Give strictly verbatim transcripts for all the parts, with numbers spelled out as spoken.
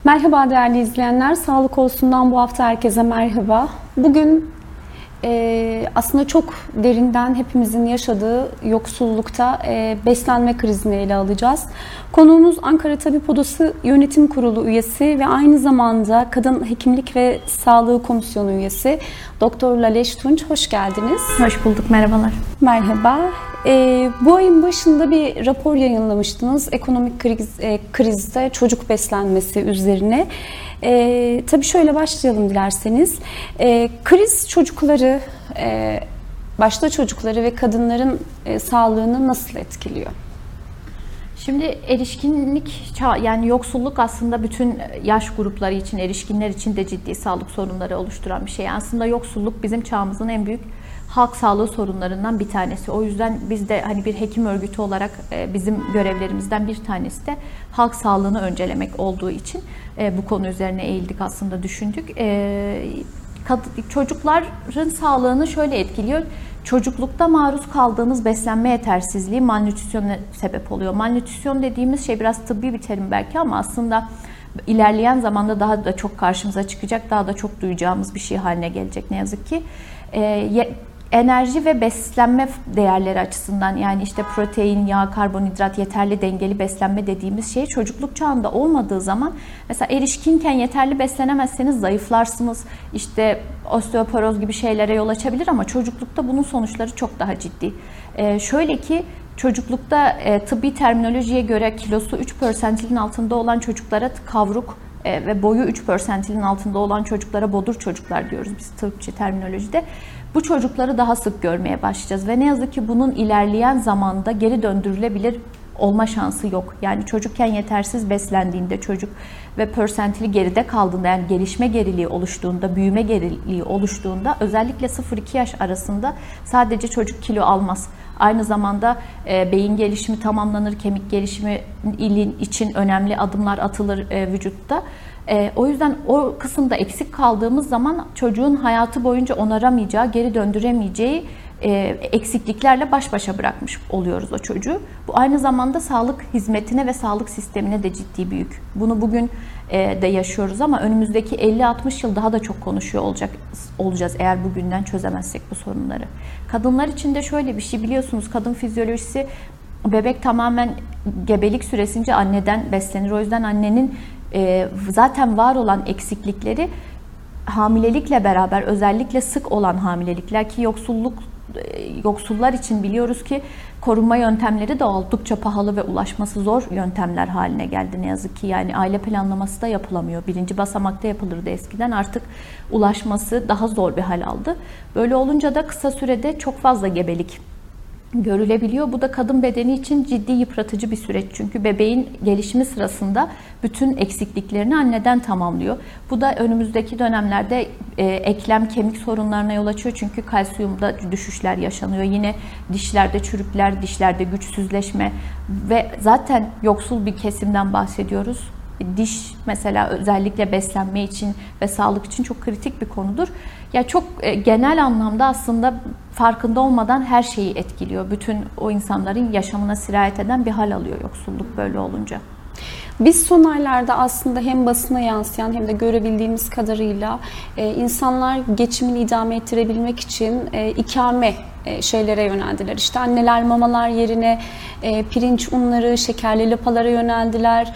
Merhaba değerli izleyenler, Sağlık Olsun'dan bu hafta herkese merhaba. Bugün e, aslında çok derinden hepimizin yaşadığı yoksullukta e, beslenme krizini ele alacağız. Konuğumuz Ankara Tabip Odası Yönetim Kurulu üyesi ve aynı zamanda Kadın Hekimlik ve Sağlığı Komisyonu üyesi Doktor Laleş Tunç. Hoş geldiniz. Hoş bulduk, merhabalar. Merhaba. E, bu ayın başında bir rapor yayınlamıştınız. Ekonomik kriz, e, krizde çocuk beslenmesi üzerine. E, tabii şöyle başlayalım dilerseniz. E, kriz çocukları, e, başta çocukları ve kadınların e, sağlığını nasıl etkiliyor? Şimdi erişkinlik, yani yoksulluk aslında bütün yaş grupları için, erişkinler için de ciddi sağlık sorunları oluşturan bir şey. Aslında yoksulluk bizim çağımızın en büyük halk sağlığı sorunlarından bir tanesi. O yüzden biz de hani bir hekim örgütü olarak bizim görevlerimizden bir tanesi de halk sağlığını öncelemek olduğu için bu konu üzerine eğildik, aslında düşündük. Çocukların sağlığını şöyle etkiliyor. Çocuklukta maruz kaldığımız beslenme yetersizliği malnütrisyona sebep oluyor. Malnütrisyon dediğimiz şey biraz tıbbi bir terim belki ama aslında ilerleyen zamanda daha da çok karşımıza çıkacak, daha da çok duyacağımız bir şey haline gelecek ne yazık ki. Ee, enerji ve beslenme değerleri açısından, yani işte protein, yağ, karbonhidrat, yeterli dengeli beslenme dediğimiz şey çocukluk çağında olmadığı zaman, mesela erişkinken yeterli beslenemezseniz zayıflarsınız, işte osteoporoz gibi şeylere yol açabilir ama çocuklukta bunun sonuçları çok daha ciddi. Ee, şöyle ki çocuklukta e, tıbbi terminolojiye göre kilosu üç persentilin altında olan çocuklara kavruk e, ve boyu üç persentilin altında olan çocuklara bodur çocuklar diyoruz biz tıbbi terminolojide. Bu çocukları daha sık görmeye başlayacağız ve ne yazık ki bunun ilerleyen zamanda geri döndürülebilir olma şansı yok. Yani çocukken yetersiz beslendiğinde çocuk ve persentili geride kaldığında, yani gelişme geriliği oluştuğunda, büyüme geriliği oluştuğunda, özellikle sıfır iki yaş arasında sadece çocuk kilo almaz. Aynı zamanda e, beyin gelişimi tamamlanır, kemik gelişimi için önemli adımlar atılır e, vücutta. E, o yüzden o kısımda eksik kaldığımız zaman çocuğun hayatı boyunca onaramayacağı, geri döndüremeyeceği e, eksikliklerle baş başa bırakmış oluyoruz o çocuğu. Bu aynı zamanda sağlık hizmetine ve sağlık sistemine de ciddi bir yük. Bunu bugün e, de yaşıyoruz ama önümüzdeki elli altmış yıl daha da çok konuşuyor olacak olacağız eğer bugünden çözemezsek bu sorunları. Kadınlar için de şöyle bir şey, biliyorsunuz kadın fizyolojisi, bebek tamamen gebelik süresince anneden beslenir. O yüzden annenin e, zaten var olan eksiklikleri hamilelikle beraber, özellikle sık olan hamilelikler ki yoksulluk yoksullar için biliyoruz ki korunma yöntemleri de oldukça pahalı ve ulaşması zor yöntemler haline geldi ne yazık ki. Yani aile planlaması da yapılamıyor. Birinci basamakta yapılırdı eskiden, artık ulaşması daha zor bir hal aldı. Böyle olunca da kısa sürede çok fazla gebelik görülebiliyor. Bu da kadın bedeni için ciddi yıpratıcı bir süreç. Çünkü bebeğin gelişimi sırasında bütün eksikliklerini anneden tamamlıyor. Bu da önümüzdeki dönemlerde e, eklem kemik sorunlarına yol açıyor. Çünkü kalsiyumda düşüşler yaşanıyor. Yine dişlerde çürükler, dişlerde güçsüzleşme ve zaten yoksul bir kesimden bahsediyoruz. Diş mesela özellikle beslenme için ve sağlık için çok kritik bir konudur. Ya çok genel anlamda aslında farkında olmadan her şeyi etkiliyor. Bütün o insanların yaşamına sirayet eden bir hal alıyor yoksulluk böyle olunca. Biz son aylarda aslında hem basına yansıyan hem de görebildiğimiz kadarıyla e, insanlar geçimini idame ettirebilmek için e, ikame e, şeylere yöneldiler. İşte anneler mamalar yerine e, pirinç unları, şekerli lapalara yöneldiler.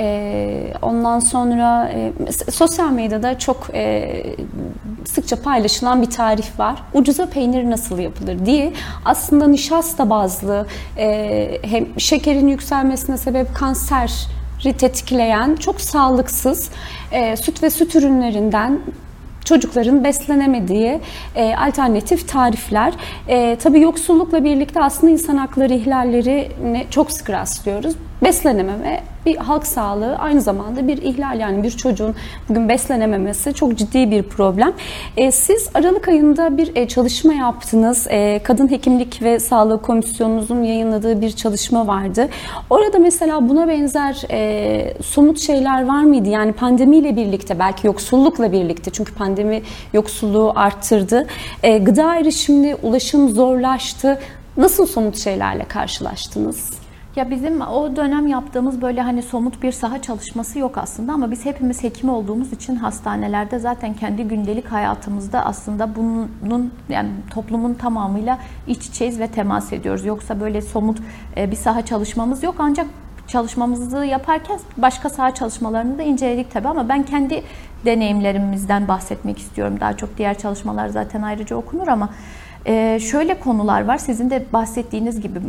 E, ondan sonra e, sosyal medyada çok e, sıkça paylaşılan bir tarif var. Ucuza peynir nasıl yapılır diye aslında nişasta bazlı e, hem şekerin yükselmesine sebep, kanser tetikleyen çok sağlıksız e, süt ve süt ürünlerinden çocukların beslenemediği e, alternatif tarifler. E, tabii yoksullukla birlikte aslında insan hakları ihlallerine çok sık rastlıyoruz. Beslenememe bir halk sağlığı, aynı zamanda bir ihlal, yani bir çocuğun bugün beslenememesi çok ciddi bir problem. E, siz Aralık ayında bir e, çalışma yaptınız. E, Kadın Hekimlik ve Sağlığı Komisyonunuzun yayınladığı bir çalışma vardı. Orada mesela buna benzer e, somut şeyler var mıydı? Yani pandemiyle birlikte, belki yoksullukla birlikte, çünkü pandemi yoksulluğu arttırdı. E, gıda erişimine ulaşım zorlaştı. Nasıl somut şeylerle karşılaştınız? Ya bizim o dönem yaptığımız böyle hani somut bir saha çalışması yok aslında ama biz hepimiz hekim olduğumuz için hastanelerde zaten kendi gündelik hayatımızda aslında bunun yani toplumun tamamıyla iç içeyiz ve temas ediyoruz. Yoksa böyle somut bir saha çalışmamız yok, ancak çalışmamızı yaparken başka saha çalışmalarını da inceledik tabii ama ben kendi deneyimlerimizden bahsetmek istiyorum. Daha çok diğer çalışmalar zaten ayrıca okunur ama Ee, şöyle konular var. Sizin de bahsettiğiniz gibi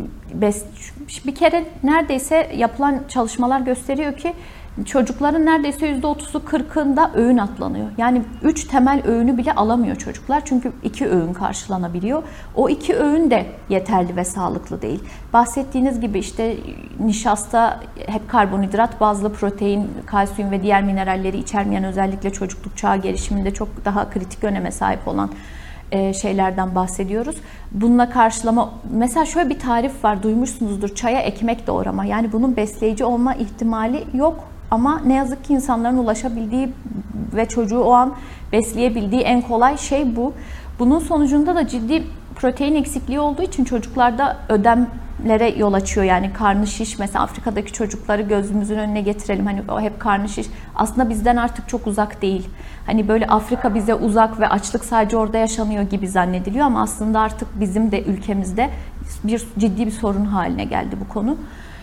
bir kere neredeyse yapılan çalışmalar gösteriyor ki çocukların neredeyse yüzde otuzu kırkında öğün atlanıyor. Yani üç temel öğünü bile alamıyor çocuklar. Çünkü iki öğün karşılanabiliyor. O iki öğün de yeterli ve sağlıklı değil. Bahsettiğiniz gibi işte nişasta hep karbonhidrat bazlı, protein, kalsiyum ve diğer mineralleri içermeyen, özellikle çocukluk çağı gelişiminde çok daha kritik öneme sahip olan şeylerden bahsediyoruz. Bununla karşılama, mesela şöyle bir tarif var, duymuşsunuzdur, çaya ekmek doğrama. Yani bunun besleyici olma ihtimali yok ama ne yazık ki insanların ulaşabildiği ve çocuğu o an besleyebildiği en kolay şey bu. Bunun sonucunda da ciddi protein eksikliği olduğu için çocuklarda ödemlere yol açıyor. Yani karnı şiş, mesela Afrika'daki çocukları gözümüzün önüne getirelim. Hani o hep karnı şiş. Aslında bizden artık çok uzak değil. Hani böyle Afrika bize uzak ve açlık sadece orada yaşanıyor gibi zannediliyor ama aslında artık bizim de ülkemizde bir ciddi bir sorun haline geldi bu konu.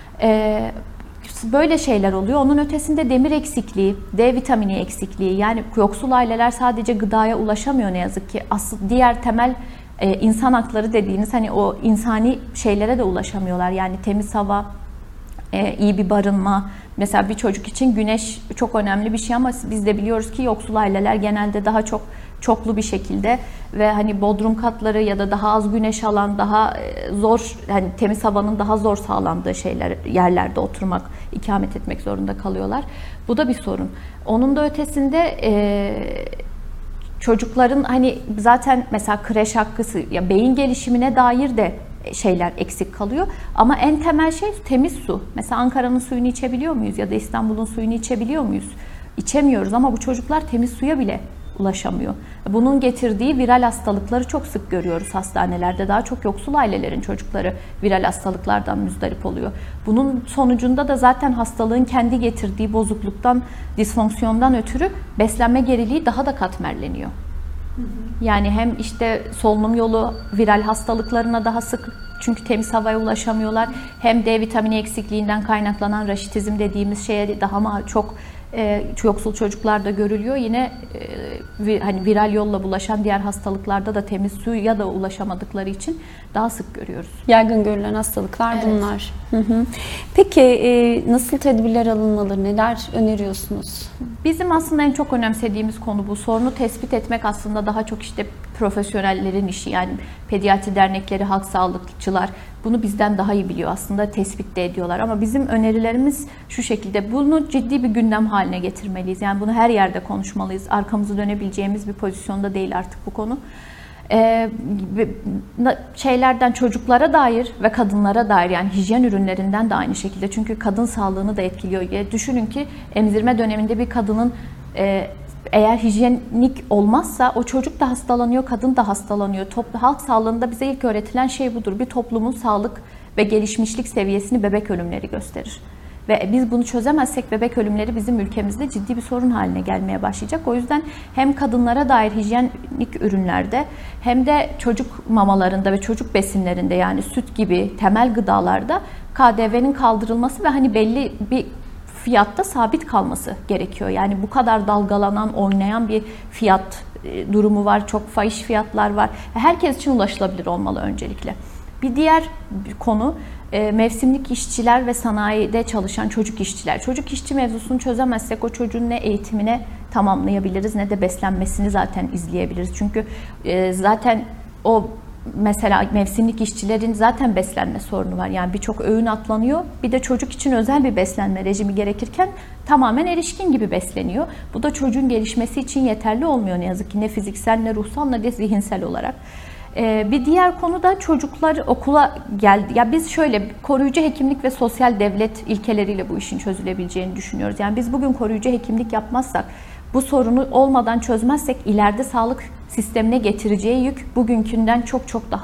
Ee, Böyle şeyler oluyor. Onun ötesinde demir eksikliği, D vitamini eksikliği, yani yoksul aileler sadece gıdaya ulaşamıyor ne yazık ki. Asıl diğer temel e, insan hakları dediğiniz hani o insani şeylere de ulaşamıyorlar. Yani temiz hava, e, iyi bir barınma. Mesela bir çocuk için güneş çok önemli bir şey ama biz de biliyoruz ki yoksul aileler genelde daha çok çoklu bir şekilde ve hani bodrum katları ya da daha az güneş alan, daha zor, hani temiz havanın daha zor sağlandığı şeyler, yerlerde oturmak, ikamet etmek zorunda kalıyorlar. Bu da bir sorun. Onun da ötesinde e, çocukların hani zaten mesela kreş hakkısı, ya beyin gelişimine dair de şeyler eksik kalıyor. Ama en temel şey temiz su. Mesela Ankara'nın suyunu içebiliyor muyuz ya da İstanbul'un suyunu içebiliyor muyuz? İçemiyoruz ama bu çocuklar temiz suya bile ulaşamıyor. Bunun getirdiği viral hastalıkları çok sık görüyoruz hastanelerde. Daha çok yoksul ailelerin çocukları viral hastalıklardan müzdarip oluyor. Bunun sonucunda da zaten hastalığın kendi getirdiği bozukluktan, disfonksiyondan ötürü beslenme geriliği daha da katmerleniyor. Yani hem işte solunum yolu viral hastalıklarına daha sık, çünkü temiz havaya ulaşamıyorlar. Hem D vitamini eksikliğinden kaynaklanan raşitizm dediğimiz şeye daha mı çok e, yoksul çocuklarda görülüyor. Yine e, vi, hani viral yolla bulaşan diğer hastalıklarda da temiz suya da ulaşamadıkları için daha sık görüyoruz. Yaygın görülen hastalıklar Evet. bunlar. Hı hı. Peki e, nasıl tedbirler alınmalı? Neler öneriyorsunuz? Bizim aslında en çok önemsediğimiz konu bu. Sorunu tespit etmek aslında daha çok işte profesyonellerin işi. Yani pediatri dernekleri, halk sağlıkçılar bunu bizden daha iyi biliyor aslında, tespit de ediyorlar. Ama bizim önerilerimiz şu şekilde: bunu ciddi bir gündem haline getirmeliyiz. Yani bunu her yerde konuşmalıyız. Arkamızı dönebileceğimiz bir pozisyonda değil artık bu konu. Ee, şeylerden çocuklara dair ve kadınlara dair, yani hijyen ürünlerinden de aynı şekilde, çünkü kadın sağlığını da etkiliyor. Ya düşünün ki emzirme döneminde bir kadının e, eğer hijyenik olmazsa o çocuk da hastalanıyor, kadın da hastalanıyor. Toplu, halk sağlığında bize ilk öğretilen şey budur. Bir toplumun sağlık ve gelişmişlik seviyesini bebek ölümleri gösterir. Ve biz bunu çözemezsek bebek ölümleri bizim ülkemizde ciddi bir sorun haline gelmeye başlayacak. O yüzden hem kadınlara dair hijyenik ürünlerde hem de çocuk mamalarında ve çocuk besinlerinde, yani süt gibi temel gıdalarda K D V'nin kaldırılması ve hani belli bir fiyatta sabit kalması gerekiyor. Yani bu kadar dalgalanan, oynayan bir fiyat durumu var. Çok fahiş fiyatlar var. Herkes için ulaşılabilir olmalı öncelikle. Bir diğer konu mevsimlik işçiler ve sanayide çalışan çocuk işçiler. Çocuk işçi mevzusunu çözemezsek o çocuğun ne eğitimine tamamlayabiliriz ne de beslenmesini zaten izleyebiliriz. Çünkü zaten o mesela mevsimlik işçilerin zaten beslenme sorunu var. Yani birçok öğün atlanıyor. Bir de çocuk için özel bir beslenme rejimi gerekirken tamamen erişkin gibi besleniyor. Bu da çocuğun gelişmesi için yeterli olmuyor ne yazık ki. Ne fiziksel, ne ruhsal, ne de zihinsel olarak. Bir diğer konu da çocuklar okula geldi. Ya biz şöyle koruyucu hekimlik ve sosyal devlet ilkeleriyle bu işin çözülebileceğini düşünüyoruz. Yani biz bugün koruyucu hekimlik yapmazsak, bu sorunu olmadan çözmezsek ileride sağlık sistemine getireceği yük bugünkünden çok çok daha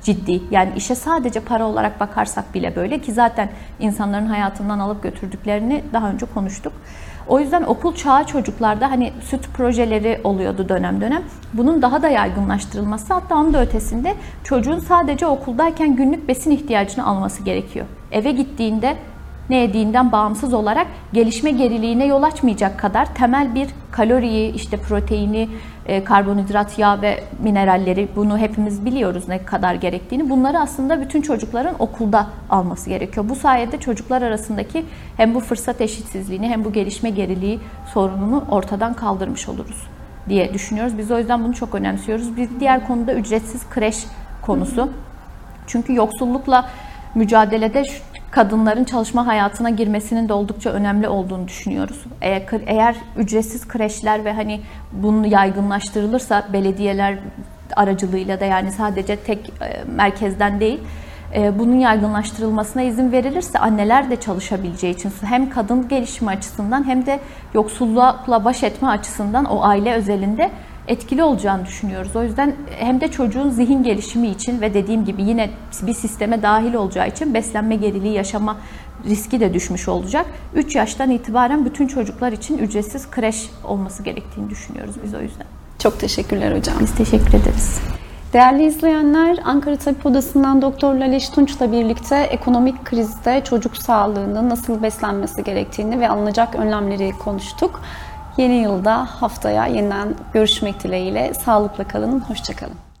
ciddi. Yani işe sadece para olarak bakarsak bile böyle, ki zaten insanların hayatından alıp götürdüklerini daha önce konuştuk. O yüzden okul çağı çocuklarda hani süt projeleri oluyordu dönem dönem. Bunun daha da yaygınlaştırılması, hatta onun da ötesinde çocuğun sadece okuldayken günlük besin ihtiyacını alması gerekiyor. Eve gittiğinde ne yediğinden bağımsız olarak gelişme geriliğine yol açmayacak kadar temel bir kaloriyi, işte proteini, karbonhidrat, yağ ve mineralleri, bunu hepimiz biliyoruz ne kadar gerektiğini. Bunları aslında bütün çocukların okulda alması gerekiyor. Bu sayede çocuklar arasındaki hem bu fırsat eşitsizliğini hem bu gelişme geriliği sorununu ortadan kaldırmış oluruz diye düşünüyoruz. Biz o yüzden bunu çok önemsiyoruz. Bir diğer konu da ücretsiz kreş konusu. Çünkü yoksullukla mücadelede kadınların çalışma hayatına girmesinin de oldukça önemli olduğunu düşünüyoruz. Eğer, eğer ücretsiz kreşler ve hani bunu yaygınlaştırılırsa belediyeler aracılığıyla da, yani sadece tek merkezden değil, bunun yaygınlaştırılmasına izin verilirse anneler de çalışabileceği için hem kadın gelişimi açısından hem de yoksulluğa baş etme açısından o aile özelinde etkili olacağını düşünüyoruz. O yüzden hem de çocuğun zihin gelişimi için ve dediğim gibi yine bir sisteme dahil olacağı için beslenme geriliği yaşama riski de düşmüş olacak. üç yaştan itibaren bütün çocuklar için ücretsiz kreş olması gerektiğini düşünüyoruz biz o yüzden. Çok teşekkürler hocam. Biz teşekkür ederiz. Değerli izleyenler, Ankara Tabip Odası'ndan Doktor Laleş Tunç'la birlikte ekonomik krizde çocuk sağlığının nasıl beslenmesi gerektiğini ve alınacak önlemleri konuştuk. Yeni yılda haftaya yeniden görüşmek dileğiyle sağlıkla kalın, hoşça kalın.